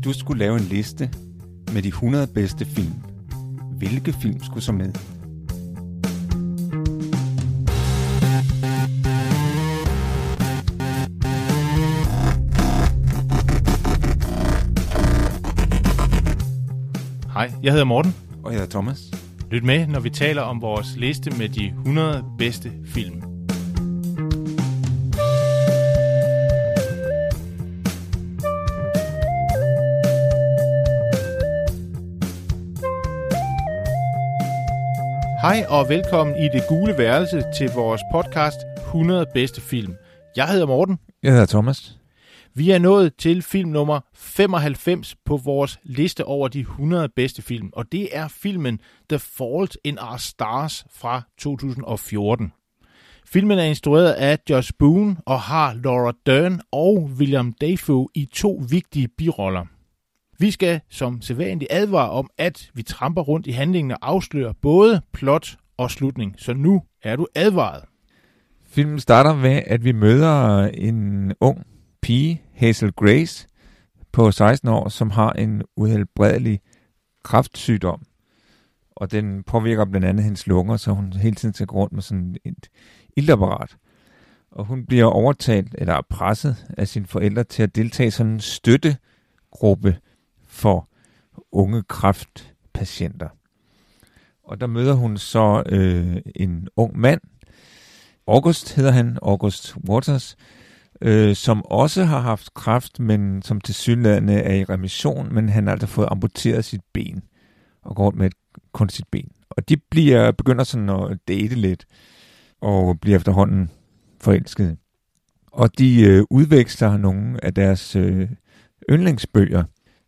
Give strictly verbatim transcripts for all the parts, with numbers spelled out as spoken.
du skulle lave en liste med de hundrede bedste film, hvilke film skulle så med? Hej, jeg hedder Morten. Og jeg hedder Thomas. Lyt med, når vi taler om vores liste med de hundrede bedste film. Hej og velkommen i det gule værelse til vores podcast hundrede bedste film. Jeg hedder Morten. Jeg hedder Thomas. Vi er nået til film nummer femoghalvfems på vores liste over de hundrede bedste film, og det er filmen The Fault in Our Stars fra to tusind og fjorten. Filmen er instrueret af Josh Boone og har Laura Dern og William Dafoe i to vigtige biroller. Vi skal som sædvanligt advare om, at vi tramper rundt i handlingen og afslører både plot og slutning, så nu er du advaret. Filmen starter med, at vi møder en ung pige, Hazel Grace, på seksten år, som har en uhelbredelig kræftsygdom. Og den påvirker blandt andet hendes lunger, så hun hele tiden skal gå rundt med sådan et iltapparat. Og hun bliver overtalt eller presset af sine forældre til at deltage i sådan en støttegruppe for unge kræftpatienter. Og der møder hun så øh, en ung mand, August hedder han, August Waters, øh, som også har haft kræft, men som tilsyneladende er i remission, men han har altså fået amputeret sit ben og går rundt med et kunstigt ben. Og de bliver, begynder sådan at date lidt og bliver efterhånden forelskede. Og de øh, udveksler nogle af deres øh, yndlingsbøger,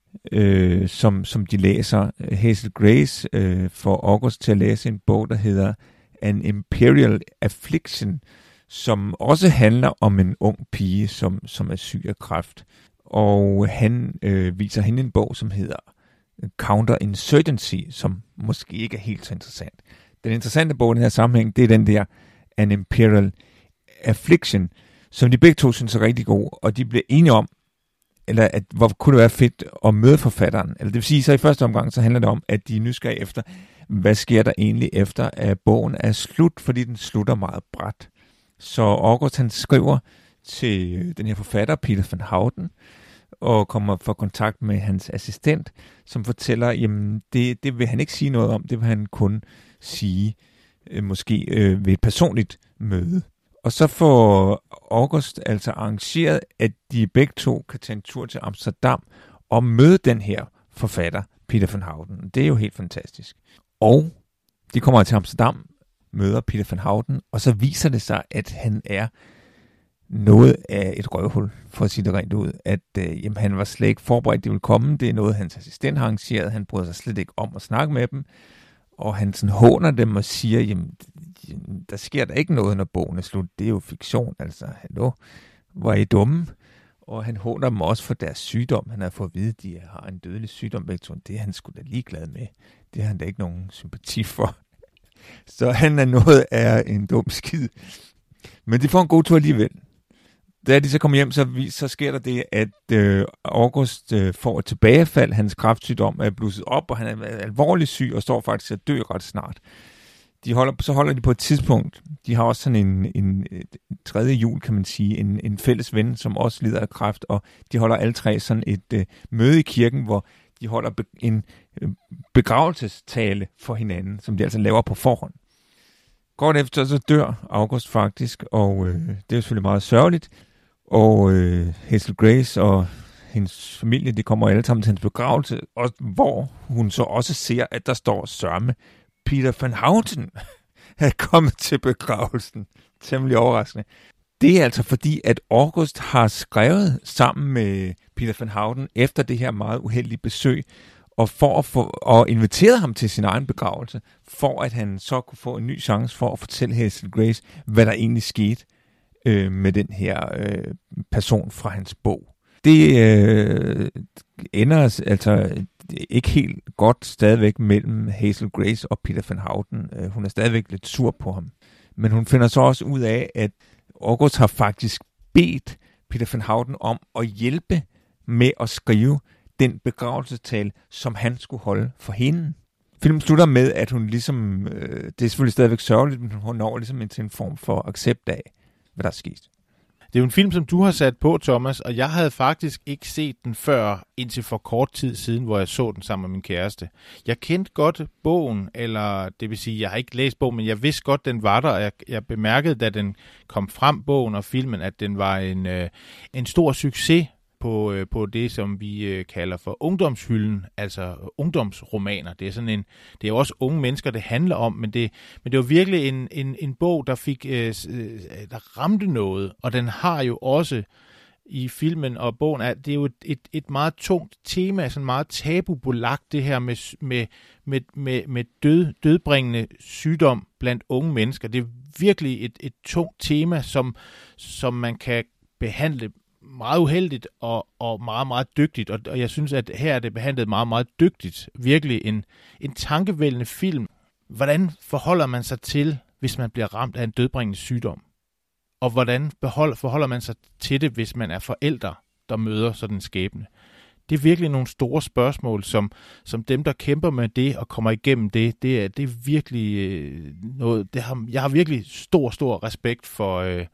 øh, som, som de læser. Hazel Grace øh, får August til at læse en bog, der hedder An Imperial Affliction, som også handler om en ung pige, som, som er syg af kræft. Og han øh, viser hende en bog, som hedder Counterinsurgency, som måske ikke er helt så interessant. Den interessante bog i den her sammenhæng, det er den der An Imperial Affliction, som de begge to synes er rigtig god, og de bliver enige om, eller at hvor kunne det være fedt at møde forfatteren. Eller det vil sige, så i første omgang, så handler det om, at de er nysgerrige efter, hvad sker der egentlig efter, at bogen er slut, fordi den slutter meget brat. Så August, han skriver til den her forfatter, Peter Van Houten, og kommer for kontakt med hans assistent, som fortæller, jamen det, det vil han ikke sige noget om, det vil han kun sige øh, måske øh, ved et personligt møde. Og så får August altså arrangeret, at de begge to kan tage en tur til Amsterdam og møde den her forfatter, Peter Van Houten. Det er jo helt fantastisk. Og de kommer til Amsterdam, møder Peter Van Houten, og så viser det sig, at han er noget af et røvhul, for at sige det rent ud. At øh, jamen, han var slet ikke forberedt, det ville komme. Det er noget, hans assistent har arrangeret. Han bryder sig slet ikke om at snakke med dem. Og han sådan håner dem og siger, jamen, der sker der ikke noget, når bogen er slut. Det er jo fiktion, altså. Hallo, hvor er I dumme? Og han håner dem også for deres sygdom. Han har fået at vide, at de har en dødelig sygdom. Det er han sgu da ligeglad med. Det har han da ikke nogen sympati for. Så han er noget af en dum skid. Men de får en god tur alligevel. Da de så kommer hjem, så, så sker der det, at øh, August øh, får et tilbagefald. Hans kræftsygdom er blusset op, og han er alvorligt syg og står faktisk til at dø ret snart. De holder, så holder de på et tidspunkt. De har også sådan en, en, en tredje jul, kan man sige, en, en fælles ven, som også lider af kræft, og de holder alle tre sådan et øh, møde i kirken, hvor de holder be, en øh, begravelsestale for hinanden, som de altså laver på forhånd. Kort efter så dør August faktisk, og øh, det er jo selvfølgelig meget sørgeligt. Og øh, Hazel Grace og hendes familie, de kommer alle sammen til hendes begravelse, og hvor hun så også ser, at der står sørme Peter Van Houten er kommet til begravelsen. Temmelig overraskende. Det er altså fordi, at August har skrevet sammen med Peter Van Houten efter det her meget uheldige besøg, og for at få, og inviteret ham til sin egen begravelse, for at han så kunne få en ny chance for at fortælle Hazel Grace, hvad der egentlig skete øh, med den her øh, person fra hans bog. Det øh, ender altså ikke helt godt stadigvæk mellem Hazel Grace og Peter Van Houten. Øh, hun er stadigvæk lidt sur på ham. Men hun finder så også ud af, at August har faktisk bedt Peter Van Houten om at hjælpe med at skrive den begravelsestale, som han skulle holde for hende. Filmen slutter med, at hun ligesom, øh, det er selvfølgelig stadigvæk sørgeligt, men hun når ligesom til en form for accept af, hvad der er sket. Det er jo en film, som du har sat på, Thomas, og jeg havde faktisk ikke set den før indtil for kort tid siden, hvor jeg så den sammen med min kæreste. Jeg kendte godt bogen, eller det vil sige, jeg har ikke læst bogen, men jeg vidste godt, den var der, og jeg, jeg bemærkede, da den kom frem, bogen og filmen, at den var en, øh, en stor succes på, øh, på det, som vi øh, kalder for ungdomshylden, altså ungdomsromaner. Det er sådan en, det er jo også unge mennesker, det handler om, men det, men det var virkelig en, en, en bog, der fik, øh, der ramte noget, og den har jo også i filmen og bogen, at det er jo et, et, et meget tungt tema, sådan meget tabubelagt, det her med, med, med, med, med død, dødbringende sygdom blandt unge mennesker. Det er virkelig et, et tungt tema, som, som man kan behandle meget uheldigt og, og meget, meget dygtigt, og, og jeg synes, at her er det behandlet meget, meget dygtigt. Virkelig en, en tankevældende film. Hvordan forholder man sig til, hvis man bliver ramt af en dødbringende sygdom? Og hvordan behold, forholder man sig til det, hvis man er forældre, der møder sådan en skæbne? Det er virkelig nogle store spørgsmål, som, som dem, der kæmper med det og kommer igennem det, det er, det er virkelig øh, noget, det har, jeg har virkelig stor, stor respekt for, øh,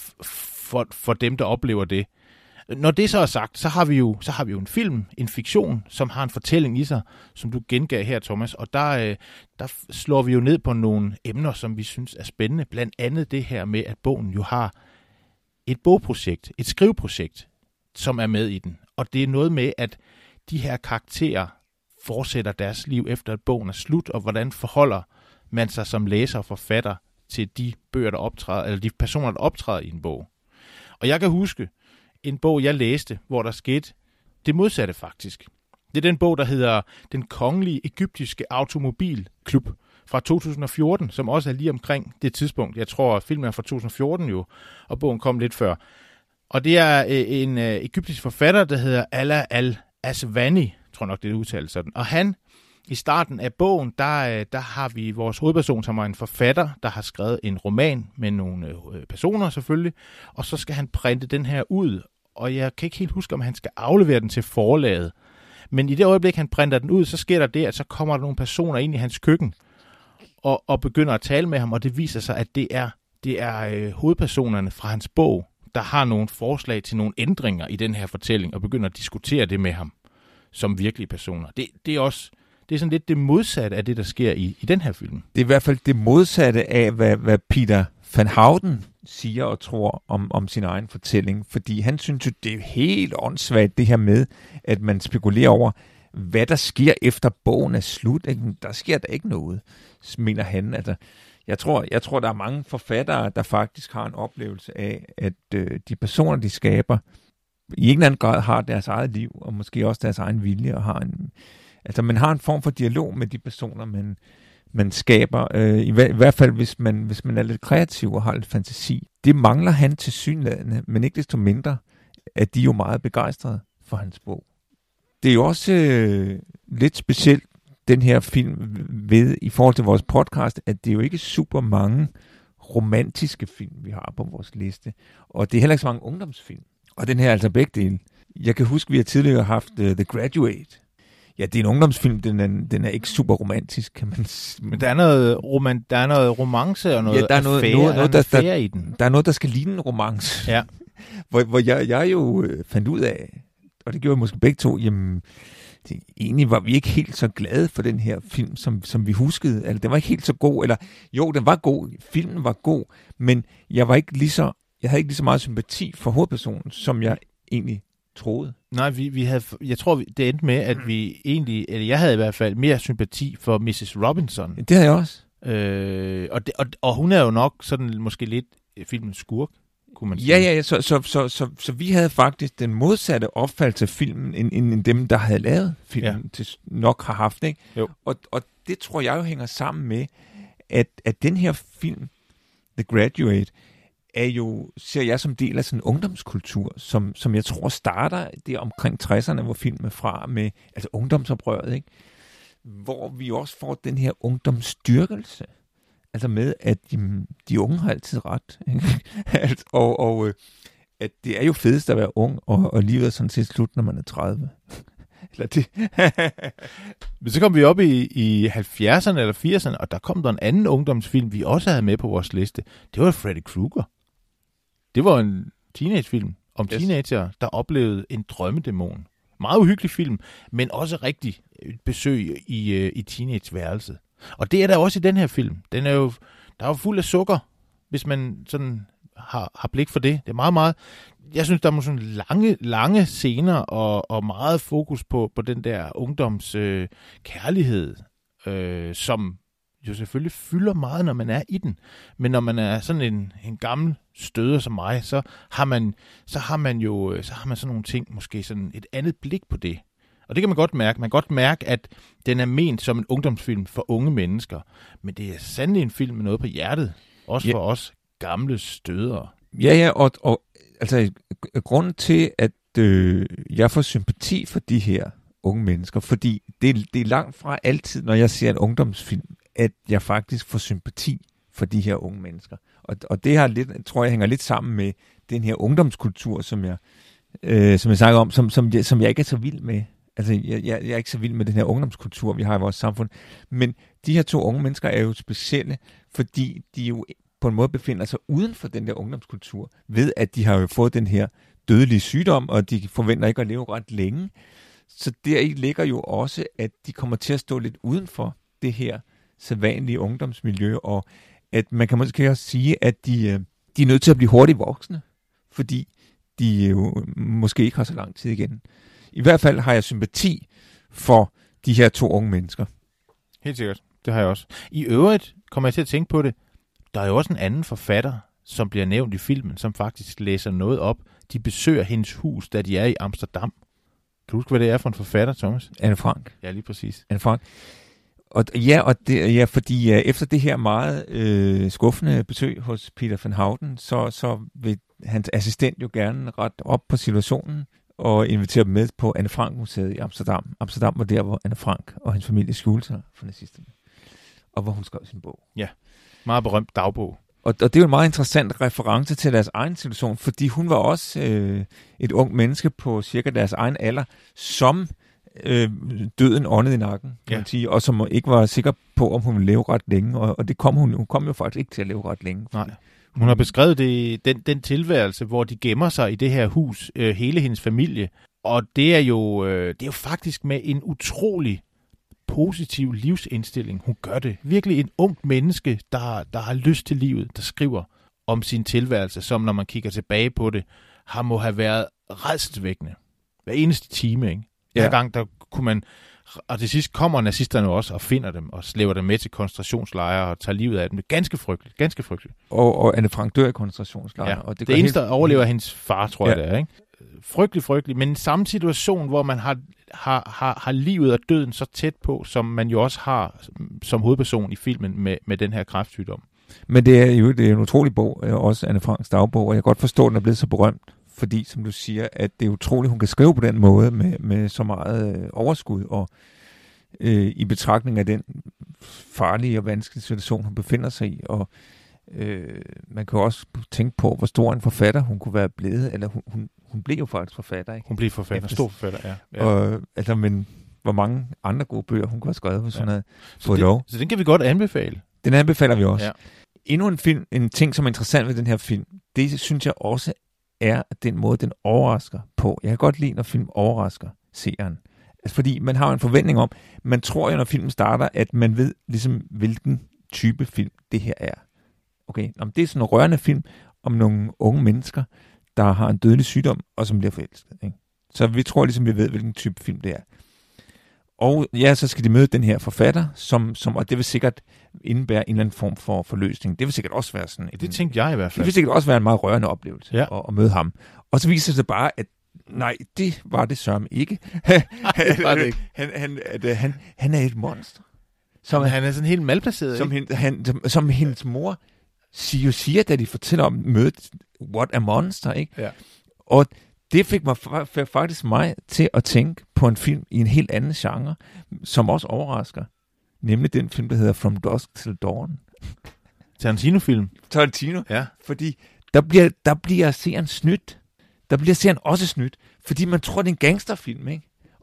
for, for dem, der oplever det. Når det så er sagt, så har vi jo, så har vi jo en film, en fiktion, som har en fortælling i sig, som du gengav her, Thomas. Og der, øh, der slår vi jo ned på nogle emner, som vi synes er spændende. Blandt andet det her med, at bogen jo har et bogprojekt, et skriveprojekt, som er med i den. Og det er noget med, at de her karakterer fortsætter deres liv efter, at bogen er slut, og hvordan forholder man sig som læser og forfatter til de bøger, der optræder, eller de personer, der optræder i en bog. Og jeg kan huske en bog, jeg læste, hvor der skete det modsatte faktisk. Det er den bog, der hedder Den Kongelige Egyptiske Automobilklub fra to tusind og fjorten, som også er lige omkring det tidspunkt. Jeg tror, filmen er fra to tusind og fjorten jo, og bogen kom lidt før. Og det er en egyptisk forfatter, der hedder Ala al-Aswani, tror jeg nok, det er udtalt sådan. Og han, i starten af bogen, der, der har vi vores hovedperson, som er en forfatter, der har skrevet en roman med nogle personer selvfølgelig, og så skal han printe den her ud, og jeg kan ikke helt huske, om han skal aflevere den til forlaget. Men i det øjeblik, han printer den ud, så sker der det, at så kommer der nogle personer ind i hans køkken, og, og begynder at tale med ham, og det viser sig, at det er, det er øh, hovedpersonerne fra hans bog, der har nogle forslag til nogle ændringer i den her fortælling, og begynder at diskutere det med ham som virkelige personer. Det, det er også det er sådan lidt det modsatte af det, der sker i, i den her film. Det er i hvert fald det modsatte af, hvad, hvad Peter Van Houten siger og tror om, om sin egen fortælling, fordi han synes jo, det er helt åndssvagt det her med, at man spekulerer over, hvad der sker efter bogen er slut. Der sker der ikke noget, mener han. Altså, jeg tror, jeg tror, der er mange forfattere, der faktisk har en oplevelse af, at øh, de personer, de skaber, i en eller anden grad har deres eget liv, og måske også deres egen vilje, og har en, altså man har en form for dialog med de personer, man, man skaber, øh, i, hver, i hvert fald hvis man, hvis man er lidt kreativ og har lidt fantasi. Det mangler han tilsyneladende, men ikke desto mindre, at de er jo meget begejstrede for hans bog. Det er jo også øh, lidt specielt, den her film ved, i forhold til vores podcast, at det er jo ikke super mange romantiske film, vi har på vores liste. Og det er heller ikke så mange ungdomsfilm. Og den her er altså begge dele. Jeg kan huske, vi har tidligere haft uh, The Graduate. Ja, det er en ungdomsfilm, den er, den er ikke super romantisk, kan man sige. Men der er noget, roman, der er noget romance og noget, ja, der er noget, affære, noget, noget, der, der, i den. Der er noget, der skal ligne en romance. Ja. hvor hvor jeg, jeg jo øh, fandt ud af, og det gjorde jeg måske begge to, jamen, det, egentlig var vi ikke helt så glade for den her film, som, som vi huskede. Altså, den var ikke helt så god, eller jo, den var god, filmen var god, men jeg var ikke lige så, jeg havde ikke lige så meget sympati for hovedpersonen, som jeg egentlig troede. Nej, vi, vi havde, jeg tror, det endte med, at vi egentlig, eller jeg havde i hvert fald mere sympati for missus Robinson. Det havde jeg også. Øh, og, det, og, og hun er jo nok sådan måske lidt filmens skurk, kunne man sige. Ja, ja, ja, så, så, så, så, så vi havde faktisk den modsatte opfattelse af filmen, end, end dem, der havde lavet filmen, ja. til nok har haft, ikke? Jo. Og, og det tror jeg jo hænger sammen med, at, at den her film, The Graduate, er jo, ser jeg som del af sådan en ungdomskultur, som, som jeg tror starter det omkring tresserne, hvor filmen er fra, med altså ungdomsoprøret, ikke? Hvor vi også får den her ungdomsstyrkelse. Altså med, at de, de unge har altid ret. altså, og og øh, at det er jo fedest at være ung, og, og livet er sådan set slut, når man er tredive. Eller det. Men så kom vi op i, i halvfjerdserne eller firserne, og der kom der en anden ungdomsfilm, vi også havde med på vores liste. Det var Freddy Krueger. Det var en teenagefilm om yes. teenager, der oplevede en drømmedæmon. Meget uhyggelig film, men også rigtig besøg i, i teenageværelset. Og det er der også i den her film. Den er jo, der er jo fuld af sukker, hvis man sådan har, har blik for det. Det er meget, meget... Jeg synes, der er sådan lange, lange scener og, og meget fokus på, på den der ungdoms øh, kærlighed, øh, som jo selvfølgelig fylder meget, når man er i den. Men når man er sådan en, en gammel støder som mig, så har man, så har man jo så har man sådan nogle ting, måske sådan et andet blik på det. Og det kan man godt mærke. Man kan godt mærke, at den er ment som en ungdomsfilm for unge mennesker. Men det er sandelig en film med noget på hjertet. Også ja. For os gamle stødere. Ja, ja, og, og altså, grunden til, at øh, jeg får sympati for de her unge mennesker, fordi det, det er langt fra altid, når jeg ser en ungdomsfilm, at jeg faktisk får sympati for de her unge mennesker. Og, og det har lidt, tror jeg hænger lidt sammen med den her ungdomskultur, som jeg, øh, som jeg snakker om, som, som, jeg, som jeg ikke er så vild med. Altså, jeg, jeg er ikke så vild med den her ungdomskultur, vi har i vores samfund. Men de her to unge mennesker er jo specielle, fordi de jo på en måde befinder sig uden for den der ungdomskultur, ved at de har jo fået den her dødelige sygdom, og de forventer ikke at leve ret længe. Så deri ligger jo også, at de kommer til at stå lidt uden for det her sædvanlige ungdomsmiljø, og at man kan måske også sige, at de, de er nødt til at blive hurtigt voksne, fordi de jo måske ikke har så lang tid igen. I hvert fald har jeg sympati for de her to unge mennesker. Helt sikkert. Det har jeg også. I øvrigt kommer jeg til at tænke på det. Der er jo også en anden forfatter, som bliver nævnt i filmen, som faktisk læser noget op. De besøger hendes hus, da de er i Amsterdam. Kan du huske, hvad det er for en forfatter, Thomas? Anne Frank. Ja, lige præcis. Anne Frank. Og ja, og det, ja, fordi uh, efter det her meget øh, skuffende besøg hos Peter van Houten, så, så vil hans assistent jo gerne rette op på situationen og invitere dem med på Anne Frank-museet i Amsterdam. Amsterdam var der, hvor Anne Frank og hendes familie skjulte sig for nazisterne, og hvor hun skrev sin bog. Ja, meget berømt dagbog. Og, og det er jo en meget interessant reference til deres egen situation, fordi hun var også øh, et ung menneske på cirka deres egen alder, som øh, døden åndede i nakken, kan ja. man sige, og som ikke var sikker på, om hun ville leve ret længe. Og, og det kom hun, hun kom jo faktisk ikke til at leve ret længe. Nej. Hun har beskrevet det, den, den tilværelse, hvor de gemmer sig i det her hus, øh, hele hendes familie. Og det er, jo, øh, det er jo faktisk med en utrolig positiv livsindstilling, hun gør det. Virkelig en ung menneske, der, der har lyst til livet, der skriver om sin tilværelse, som når man kigger tilbage på det, har må have været rædselsvækkende. Hver eneste time, ikke? Hver ja. gang, der kunne man... Og til sidst kommer nazisterne også og finder dem og slæver dem med til koncentrationslejre og tager livet af dem. Det er ganske frygteligt, ganske frygteligt. Og, og Anne Frank dør i koncentrationslejre. Ja. Og det, det eneste, der overlever hendes far, tror ja. jeg det er, ikke? Frygtelig, frygtelig, men i samme situation, hvor man har, har, har, har livet og døden så tæt på, som man jo også har som hovedperson i filmen med, med den her kræftsygdom. Men det er jo det er en utrolig bog, også Anne Franks dagbog, og jeg kan godt forstå, at den er blevet så berømt, fordi, som du siger, at det er utroligt, hun kan skrive på den måde med, med så meget øh, overskud, og øh, i betragtning af den farlige og vanskelige situation, hun befinder sig i, og øh, man kan også tænke på, hvor stor en forfatter hun kunne være blevet, eller hun, hun, hun blev jo faktisk forfatter, ikke? Hun blev forfatter, stor forfatter, ja. ja. Og, altså, men hvor mange andre gode bøger hun kunne have skrevet, hvis ja. hun havde fået det, lov. Så den kan vi godt anbefale. Den anbefaler vi også. Ja. Endnu en film, en ting, som er interessant ved den her film, det synes jeg også er den måde, den overrasker på. Jeg kan godt lide, når film overrasker seeren. Altså, fordi man har en forventning om, man tror jo, når filmen starter, at man ved ligesom, hvilken type film det her er. Okay, om det er sådan en rørende film om nogle unge mennesker, der har en dødelig sygdom, og som bliver forelsket. Ikke? Så vi tror ligesom, vi ved, hvilken type film det er. Og ja, så skal de møde den her forfatter, som, som, og det vil sikkert indebære en eller anden form for forløsning. Det vil sikkert også være sådan... Et, det tænkte jeg i hvert fald. Det vil sikkert også være en meget rørende oplevelse ja. at, at møde ham. Og så viser det sig bare, at nej, det var det sørme ikke. det var det ikke. han, han, at, han, han er et monster. Som, han er sådan helt malplaceret, som, hende, han, som, som hendes mor siger, siger, da de fortæller om mødet, what a monster, ikke? Ja. Og det fik mig faktisk mig til at tænke på en film i en helt anden genre, som også overrasker. Nemlig den film, der hedder From Dusk Till Dawn. Tarantino-film. Tarantino. Ja. Fordi der bliver, der bliver seeren snydt. Der bliver seeren også snydt, fordi man tror, det er en gangsterfilm, ikke?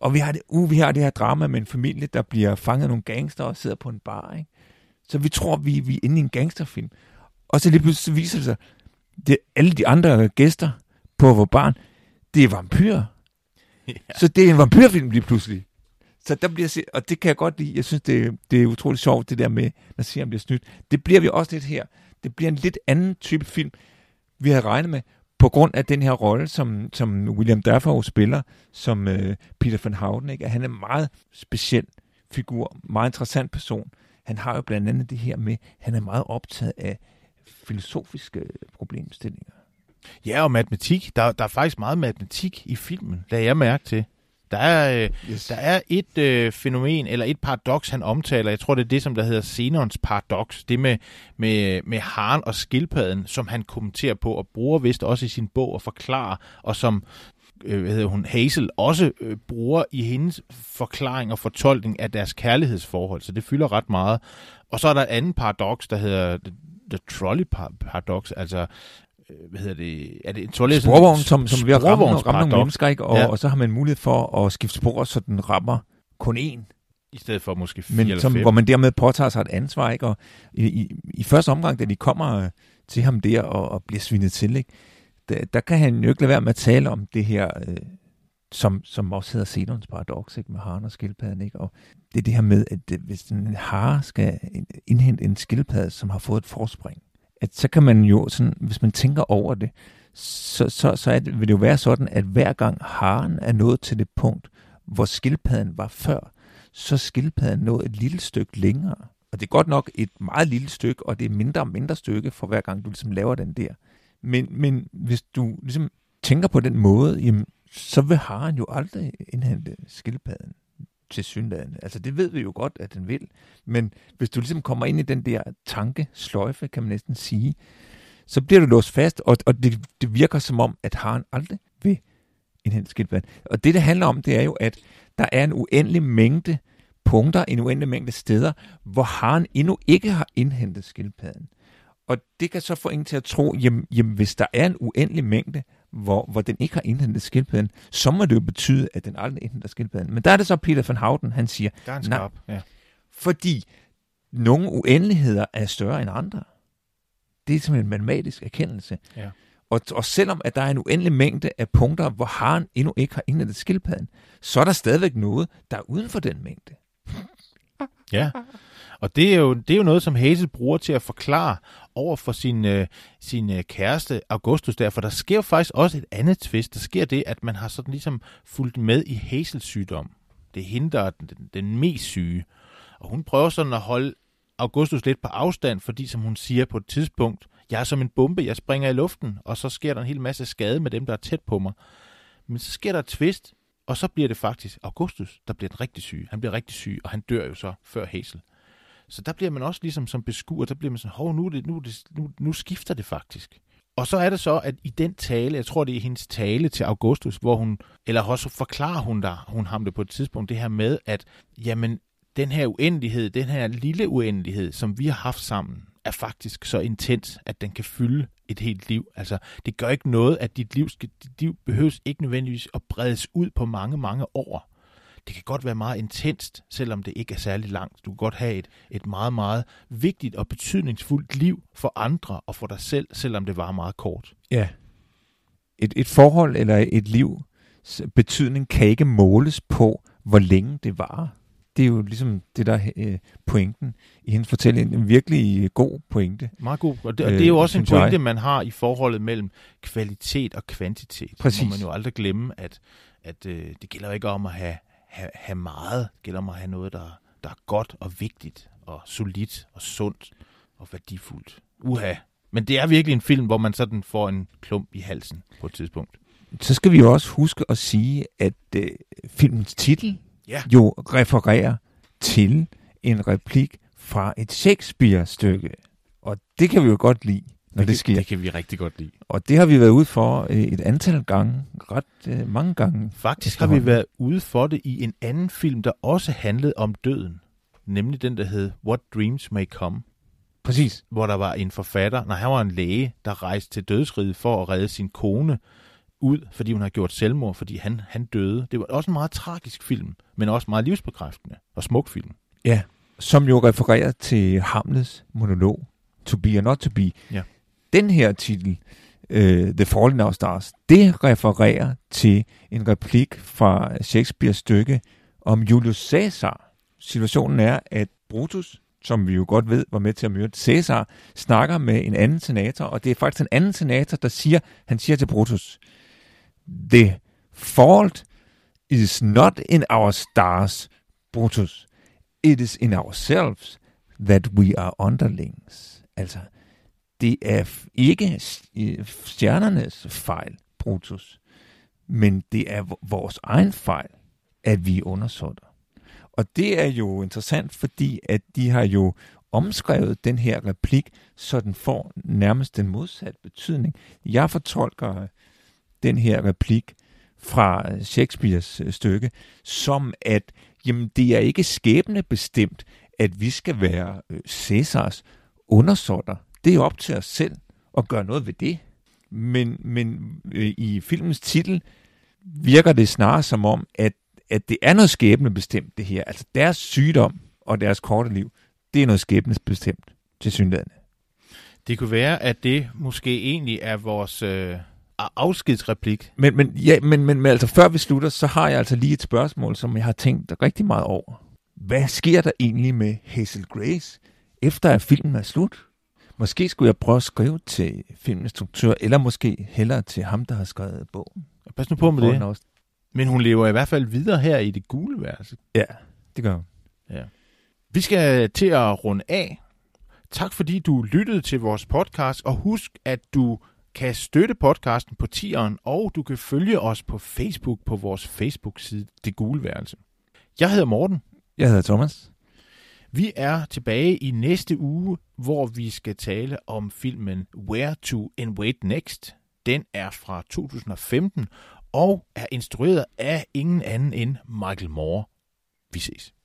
Og vi har, det, uh, vi har det her drama med en familie, der bliver fanget af nogle gangster og sidder på en bar, ikke? Så vi tror, vi, vi er inde i en gangsterfilm. Og så lige pludselig viser det sig, det alle de andre gæster på vores barn, det er vampyrer. Ja. Så det er en vampyrfilm lige pludselig. Så der bliver set, og det kan jeg godt lide. Jeg synes, det, det er utroligt sjovt, det der med, at siger, om det er snydt. Det bliver vi også lidt her. Det bliver en lidt anden type film, vi havde regnet med, på grund af den her rolle, som, som William Dafoe spiller, som øh, Peter Van Houten. Ikke? Han er en meget speciel figur, meget interessant person. Han har jo blandt andet det her med, han er meget optaget af filosofiske problemstillinger. Ja, og matematik. Der, der er faktisk meget matematik i filmen, lader jeg mærke til. Der er, øh, yes. der er et øh, fænomen, eller et paradoks, han omtaler. Jeg tror, det er det, som der hedder Zenons paradoks. Det med, med, med haren og skildpadden, som han kommenterer på, og bruger vist også i sin bog at forklare, og som øh, hvad hedder hun, Hazel også øh, bruger i hendes forklaring og fortolkning af deres kærlighedsforhold. Så det fylder ret meget. Og så er der et andet paradoks, der hedder The, the Trolley Paradox, altså hvad hedder det, er det en trolley? Sporvogn, som, som bliver ramme, ramme nogle mennesker, ikke? Og, ja. og så har man mulighed for at skifte spor, så den rammer kun én. I stedet for måske fire Men eller som, fem. hvor man dermed påtager sig et ansvar, ikke? Og i, i, i første omgang, da de kommer til ham der og, og bliver svinet til, ikke? Der, der kan han jo ikke lade være med at tale om det her, øh, som, som også hedder Zenons paradoks, ikke? Med haren og skildpadden, ikke? Og det er det her med, at det, hvis en hare skal indhente en skildpadde, som har fået et forspring, at så kan man jo, sådan, hvis man tænker over det, så, så, så er det, vil det jo være sådan, at hver gang haren er nået til det punkt, hvor skildpadden var før, så skildpadden nået et lille stykke længere. Og det er godt nok et meget lille stykke, og det er mindre og mindre stykke, for hver gang du ligesom laver den der. Men, men hvis du ligesom tænker på den måde, jamen, så vil haren jo aldrig indhente skildpadden til synligheden. Altså det ved vi jo godt, at den vil. Men hvis du ligesom kommer ind i den der tankesløjfe, kan man næsten sige, så bliver du låst fast, og, og det, det virker som om, at haren aldrig vil indhente skildpadden. Og det, det handler om, det er jo, at der er en uendelig mængde punkter, en uendelig mængde steder, hvor haren endnu ikke har indhentet skildpadden. Og det kan så få en til at tro, jamen, jamen hvis der er en uendelig mængde, hvor, hvor den ikke har indhentet skildpadden, så må det jo betyde, at den aldrig indhenter skildpadden. Men der er det så Peter Van Houten, han siger, nej, ja. fordi nogle uendeligheder er større end andre. Det er simpelthen en matematisk erkendelse. Ja. Og, og selvom at der er en uendelig mængde af punkter, hvor haren endnu ikke har indhentet skildpadden, så er der stadigvæk noget, der er uden for den mængde. Ja, og det er, jo, det er jo noget, som Hazel bruger til at forklare over for sin, øh, sin øh, kæreste Augustus der, for der sker jo faktisk også et andet twist. Der sker det, at man har sådan ligesom fulgt med i Hazels sygdom. Det er hende, der er den, den mest syge. Og hun prøver sådan at holde Augustus lidt på afstand, fordi som hun siger på et tidspunkt, jeg er som en bombe, jeg springer i luften, og så sker der en hel masse skade med dem, der er tæt på mig. Men så sker der et twist, og så bliver det faktisk Augustus, der bliver den rigtig syg. Han bliver rigtig syg, og han dør jo så før Hazel. Så der bliver man også ligesom som beskuer, der bliver man sådan, hov, nu, det, nu, det, nu, nu skifter det faktisk. Og så er det så, at i den tale, jeg tror det er hendes tale til Augustus, hvor hun, eller også forklarer hun der, hun ham det på et tidspunkt, det her med, at jamen, den her uendelighed, den her lille uendelighed, som vi har haft sammen, er faktisk så intens, at den kan fylde et helt liv. Altså, det gør ikke noget, at dit liv, skal, dit liv behøves ikke nødvendigvis at bredes ud på mange, mange år. Det kan godt være meget intenst, selvom det ikke er særlig langt. Du kan godt have et, et meget, meget vigtigt og betydningsfuldt liv for andre og for dig selv, selvom det var meget kort. Ja. Et, et forhold eller et liv betydning kan ikke måles på, hvor længe det varer. Det er jo ligesom det der øh, pointen i hendes fortælling. En virkelig god pointe. Meget god. Og det, og det er jo også en pointe, man har i forholdet mellem kvalitet og kvantitet. Præcis. Så må man jo aldrig glemme, at, at øh, det gælder ikke om at have, have, have meget. Det gælder om at have noget, der, der er godt og vigtigt og solidt og sundt og værdifuldt. Uha. Men det er virkelig en film, hvor man sådan får en klump i halsen på et tidspunkt. Så skal vi jo også huske at sige, at øh, filmens titel ja. jo refererer til en replik fra et Shakespeare-stykke. Og det kan vi jo godt lide, når det, det sker. Det kan vi rigtig godt lide. Og det har vi været ude for et antal gange, ret øh, mange gange. Faktisk har vi været ude for det i en anden film, der også handlede om døden. Nemlig den, der hed What Dreams May Come. Præcis. Hvor der var en forfatter, nej, han var en læge, der rejste til dødsriget for at redde sin kone ud, fordi hun har gjort selvmord, fordi han, han døde. Det var også en meget tragisk film, men også meget livsbekræftende og smuk film. Ja, som jo refererer til Hamlets monolog, To Be or Not To Be. Ja. Den her titel, uh, The Fault in Our Stars, det refererer til en replik fra Shakespeares stykke om Julius Caesar. Situationen er, at Brutus, som vi jo godt ved var med til at myrde Caesar, snakker med en anden senator, og det er faktisk en anden senator, der siger, han siger til Brutus, The fault is not in our stars, Brutus. It is in ourselves that we are underlings. Altså, det er ikke stjernernes fejl, Brutus, men det er vores egen fejl, at vi undersåtter. Og det er jo interessant, fordi at de har jo omskrevet den her replik, så den får nærmest den modsatte betydning. Jeg fortolker den her replik fra Shakespeares stykke, som at jamen, det er ikke skæbnebestemt, at vi skal være Cæsars undersåtter. Det er op til os selv at gøre noget ved det. Men, men øh, i filmens titel virker det snarere som om, at, at det er noget skæbnebestemt, det her. Altså deres sygdom og deres korte liv, det er noget skæbnebestemt til synligheden. Det kunne være, at det måske egentlig er vores øh, afskedsreplik. Men, men, ja, men, men, men altså før vi slutter, så har jeg altså lige et spørgsmål, som jeg har tænkt rigtig meget over. Hvad sker der egentlig med Hazel Grace, efter at filmen er slut? Måske skulle jeg prøve at skrive til filminstruktør, eller måske hellere til ham, der har skrevet bogen. Pas nu på med det. Også. Men hun lever i hvert fald videre her i det gule værelse. Ja, det gør hun. Ja. Vi skal til at runde af. Tak fordi du lyttede til vores podcast, og husk, at du kan støtte podcasten på tieren, og du kan følge os på Facebook på vores Facebook-side, Det Gule Værelse. Jeg hedder Morten. Jeg hedder Thomas. Vi er tilbage i næste uge, hvor vi skal tale om filmen Where to Invade Next. Den er fra to tusind og femten og er instrueret af ingen anden end Michael Moore. Vi ses.